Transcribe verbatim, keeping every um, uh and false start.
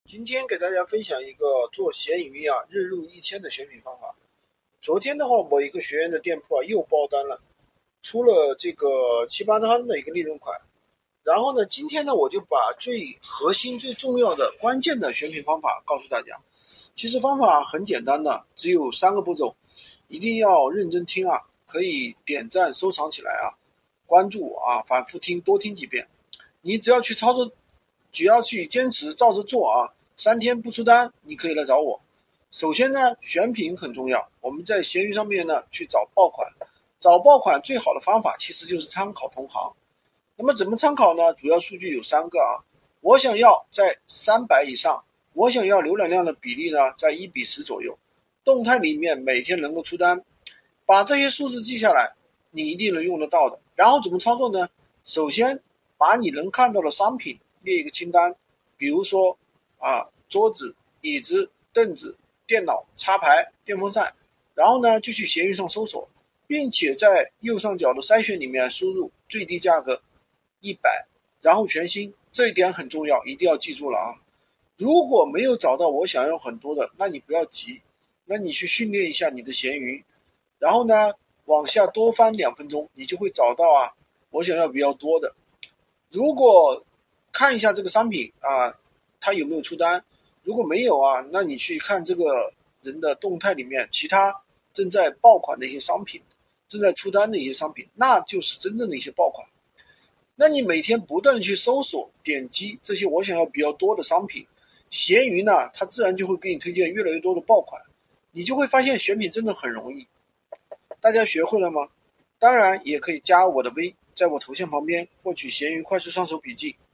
今天给大家分享一个做闲鱼啊日入一千的选品方法。昨天的话，我一个学员的店铺啊又爆单了，出了这个七八单的一个利润款。然后呢，今天呢我就把最核心、最重要的、关键的选品方法告诉大家。其实方法很简单的，只有三个步骤，一定要认真听啊，可以点赞收藏起来啊，关注啊，反复听，多听几遍。你只要去操作，只要去坚持照着做啊，三天不出单，你可以来找我。首先呢，选品很重要，我们在闲鱼上面呢去找爆款，找爆款最好的方法其实就是参考同行。那么怎么参考呢？主要数据有三个啊，我想要在三百以上，我想要浏览量的比例呢在一比十左右，动态里面每天能够出单，把这些数字记下来，你一定能用得到的。然后怎么操作呢？首先把你能看到的商品列一个清单，比如说啊，桌子、椅子、凳子、电脑、插排、电风扇，然后呢就去闲鱼上搜索，并且在右上角的筛选里面输入最低价格一百，然后全新，这一点很重要，一定要记住了啊。如果没有找到我想要很多的，那你不要急，那你去训练一下你的闲鱼，然后呢往下多翻两分钟，你就会找到啊我想要比较多的。如果看一下这个商品啊，它有没有出单，如果没有啊，那你去看这个人的动态里面其他正在爆款的一些商品，正在出单的一些商品，那就是真正的一些爆款。那你每天不断的去搜索点击这些我想要比较多的商品，闲鱼呢它自然就会给你推荐越来越多的爆款，你就会发现选品真的很容易。大家学会了吗？当然也可以加我的微，在我头像旁边获取闲鱼快速上手笔记。